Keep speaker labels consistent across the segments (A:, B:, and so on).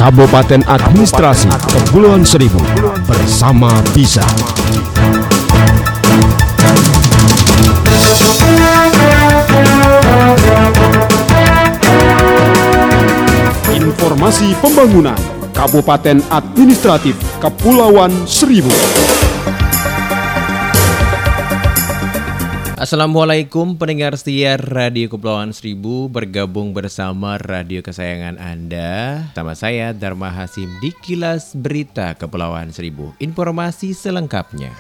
A: Kabupaten Administrasi Kepulauan Seribu bersama Bisa. Informasi pembangunan Kabupaten Administratif Kepulauan Seribu.
B: Assalamualaikum pendengar setia Radio Kepulauan Seribu, bergabung bersama radio kesayangan Anda. Sama saya Dharma Hasim di Kilas Berita Kepulauan Seribu. Informasi selengkapnya.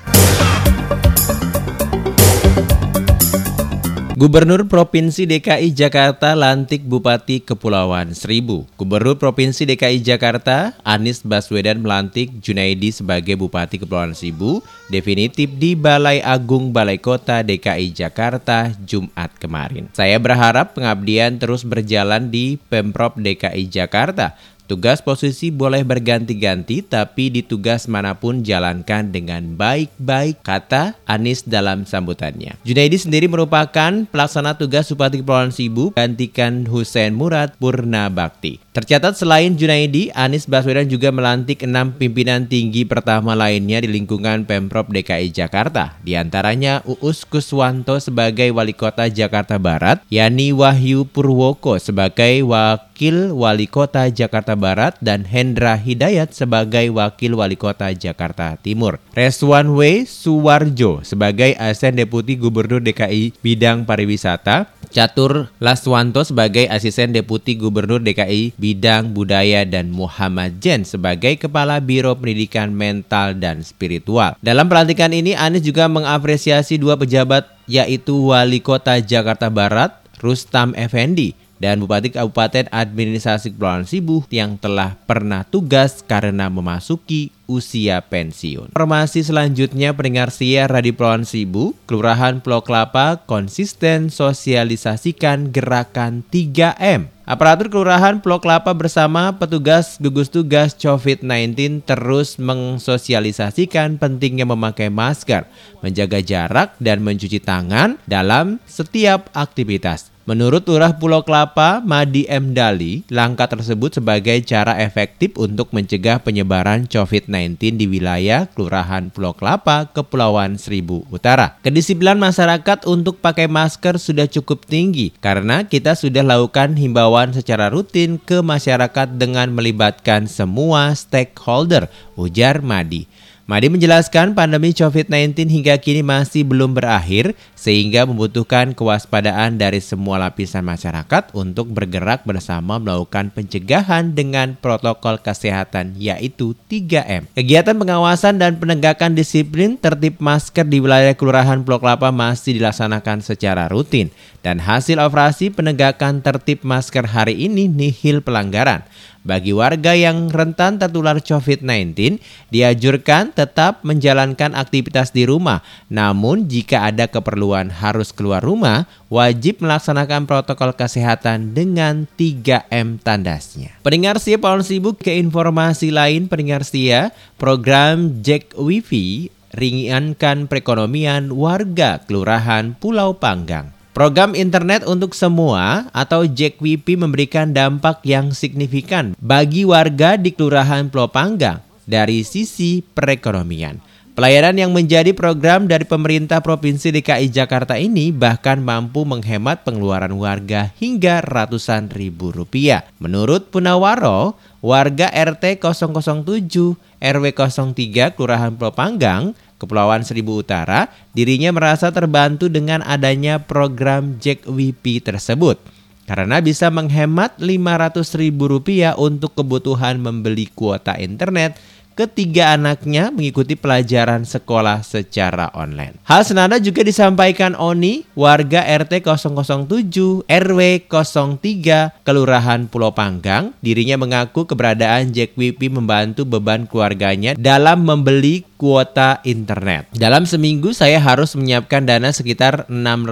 B: Gubernur Provinsi DKI Jakarta lantik Bupati Kepulauan Seribu. Gubernur Provinsi DKI Jakarta Anies Baswedan melantik Junaidi sebagai Bupati Kepulauan Seribu definitif di Balai Agung Balai Kota DKI Jakarta Jumat kemarin. Saya berharap pengabdian terus berjalan di Pemprov DKI Jakarta. Tugas posisi boleh berganti-ganti, tapi di tugas manapun jalankan dengan baik-baik, kata Anies dalam sambutannya. Junaidi sendiri merupakan pelaksana tugas Bupati Kepulauan Seribu, gantikan Hussein Murad Purnabakti. Tercatat selain Junaidi, Anies Baswedan juga melantik 6 pimpinan tinggi pertama lainnya di lingkungan Pemprov DKI Jakarta. Di antaranya Uus Kuswanto sebagai Wali Kota Jakarta Barat, Yani Wahyu Purwoko sebagai Wakil Wali Kota Jakarta Barat, dan Hendra Hidayat sebagai Wakil Wali Kota Jakarta Timur. Reswan W. Suwarjo sebagai Asisten Deputi Gubernur DKI Bidang Pariwisata, Catur Laswanto sebagai Asisten Deputi Gubernur DKI Bidang Budaya, dan Muhammad Jen sebagai Kepala Biro Pendidikan Mental dan Spiritual. Dalam pelantikan ini, Anies juga mengapresiasi 2 pejabat, yaitu Wali Kota Jakarta Barat Rustam Effendi dan Bupati Kabupaten Administrasi Kepulauan Seribu yang telah pernah tugas karena memasuki usia pensiun. Informasi selanjutnya, pendengar setia Radio Kepulauan Seribu, Kelurahan Pulau Kelapa konsisten sosialisasikan gerakan 3M. Aparatur Kelurahan Pulau Kelapa bersama petugas gugus tugas COVID-19 terus mensosialisasikan pentingnya memakai masker, menjaga jarak, dan mencuci tangan dalam setiap aktivitas. Menurut Lurah Pulau Kelapa, Madi M. Dali, langkah tersebut sebagai cara efektif untuk mencegah penyebaran COVID-19 di wilayah Kelurahan Pulau Kelapa, Kepulauan Seribu Utara. Kedisiplinan masyarakat untuk pakai masker sudah cukup tinggi karena kita sudah lakukan himbauan secara rutin ke masyarakat dengan melibatkan semua stakeholder, ujar Madi. Madi menjelaskan pandemi COVID-19 hingga kini masih belum berakhir sehingga membutuhkan kewaspadaan dari semua lapisan masyarakat untuk bergerak bersama melakukan pencegahan dengan protokol kesehatan, yaitu 3M. Kegiatan pengawasan dan penegakan disiplin tertib masker di wilayah Kelurahan Pulau Kelapa masih dilaksanakan secara rutin dan hasil operasi penegakan tertib masker hari ini nihil pelanggaran. Bagi warga yang rentan tertular COVID-19, dianjurkan tetap menjalankan aktivitas di rumah. Namun, jika ada keperluan harus keluar rumah, wajib melaksanakan protokol kesehatan dengan 3M tandasnya. Pendengar setia Kepulauan Seribu, ke informasi lain, pendengar setia, program Jack Wifi ringankan perekonomian warga Kelurahan Pulau Panggang. Program internet untuk semua atau JEKWIPI memberikan dampak yang signifikan bagi warga di Kelurahan Pulau Panggang dari sisi perekonomian. Pelayanan yang menjadi program dari pemerintah Provinsi DKI Jakarta ini bahkan mampu menghemat pengeluaran warga hingga ratusan ribu rupiah. Menurut Punawaro, warga RT 007 RW 03 Kelurahan Pulau Panggang, Kepulauan Seribu Utara, dirinya merasa terbantu dengan adanya program JEKWIPI tersebut karena bisa menghemat Rp500.000 untuk kebutuhan membeli kuota internet ketiga anaknya mengikuti pelajaran sekolah secara online. Hal senada juga disampaikan Oni, warga RT 007 RW 03 Kelurahan Pulau Panggang. Dirinya mengaku keberadaan JEKWIPI membantu beban keluarganya dalam membeli kuota internet. Dalam seminggu saya harus menyiapkan dana sekitar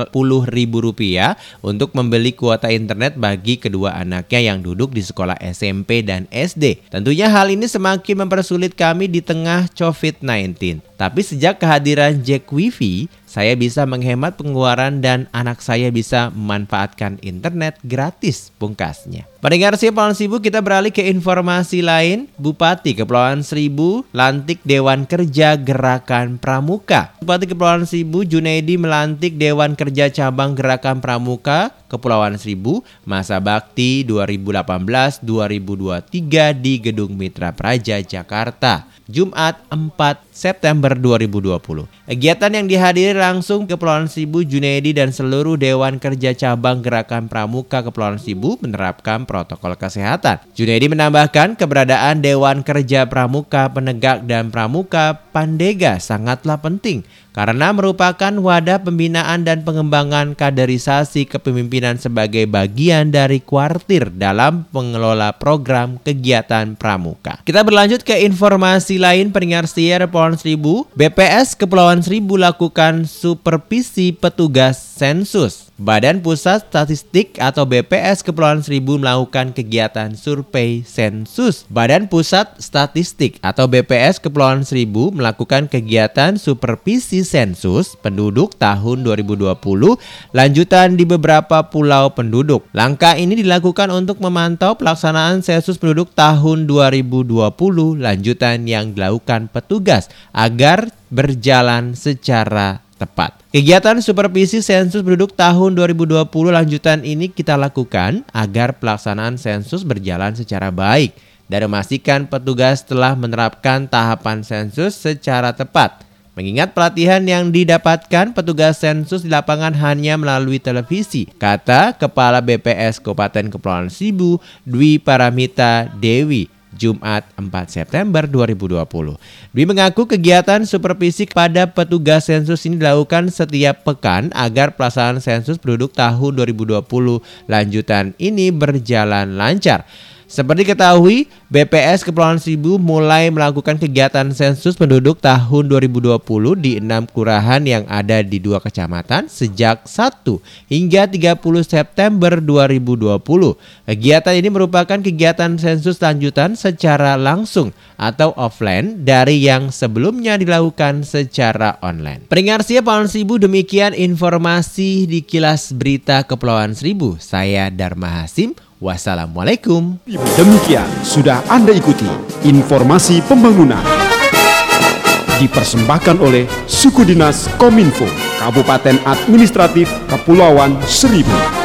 B: Rp60.000 untuk membeli kuota internet bagi kedua anaknya yang duduk di sekolah SMP dan SD. Tentunya hal ini semakin mempersulit kami di tengah COVID-19. Tapi sejak kehadiran JEKWIFI, saya bisa menghemat pengeluaran dan anak saya bisa memanfaatkan internet gratis, pungkasnya. Pendengar Kepulauan Seribu, kita beralih ke informasi lain. Bupati Kepulauan Seribu lantik Dewan Kerja Gerakan Pramuka. Bupati Kepulauan Seribu Junaidi melantik Dewan Kerja Cabang Gerakan Pramuka Kepulauan Seribu masa bakti 2018-2023 di Gedung Mitra Praja, Jakarta, Jumat 4 September 2020. Kegiatan yang dihadiri langsung Kepulauan Seribu Junaidi dan seluruh Dewan Kerja Cabang Gerakan Pramuka Kepulauan Seribu menerapkan protokol kesehatan. Junaidi menambahkan keberadaan Dewan Kerja Pramuka Penegak dan Pramuka Pandega sangatlah penting karena merupakan wadah pembinaan dan pengembangan kaderisasi kepemimpinan sebagai bagian dari kuartir dalam pengelola program kegiatan pramuka. Kita berlanjut ke informasi lain. Pendengar setia Kepulauan Seribu, BPS Kepulauan Seribu lakukan supervisi petugas sensus. Badan Pusat Statistik atau BPS Kepulauan Seribu melakukan kegiatan survei sensus. Badan Pusat Statistik atau BPS Kepulauan Seribu melakukan kegiatan supervisi sensus penduduk tahun 2020 lanjutan di beberapa pulau penduduk. Langkah ini dilakukan untuk memantau pelaksanaan sensus penduduk tahun 2020 lanjutan yang dilakukan petugas agar berjalan secara tepat. Kegiatan supervisi sensus penduduk tahun 2020 lanjutan ini kita lakukan agar pelaksanaan sensus berjalan secara baik dan memastikan petugas telah menerapkan tahapan sensus secara tepat. Mengingat pelatihan yang didapatkan petugas sensus di lapangan hanya melalui televisi, kata Kepala BPS Kabupaten Kepulauan Seribu, Dwi Paramita Dewi, Jumat 4 September 2020. Dwi mengaku kegiatan supervisi pada petugas sensus ini dilakukan setiap pekan agar pelaksanaan sensus penduduk tahun 2020 lanjutan ini berjalan lancar. Seperti diketahui, BPS Kepulauan Seribu mulai melakukan kegiatan sensus penduduk tahun 2020 di 6 kelurahan yang ada di 2 kecamatan sejak 1 hingga 30 September 2020. Kegiatan ini merupakan kegiatan sensus lanjutan secara langsung atau offline dari yang sebelumnya dilakukan secara online. Pendengar setia Kepulauan Seribu, demikian informasi di Kilas Berita Kepulauan Seribu. Saya Dharma Hasim. Wassalamualaikum.
A: Demikian sudah Anda ikuti informasi pembangunan dipersembahkan oleh Suku Dinas Kominfo Kabupaten Administratif Kepulauan Seribu.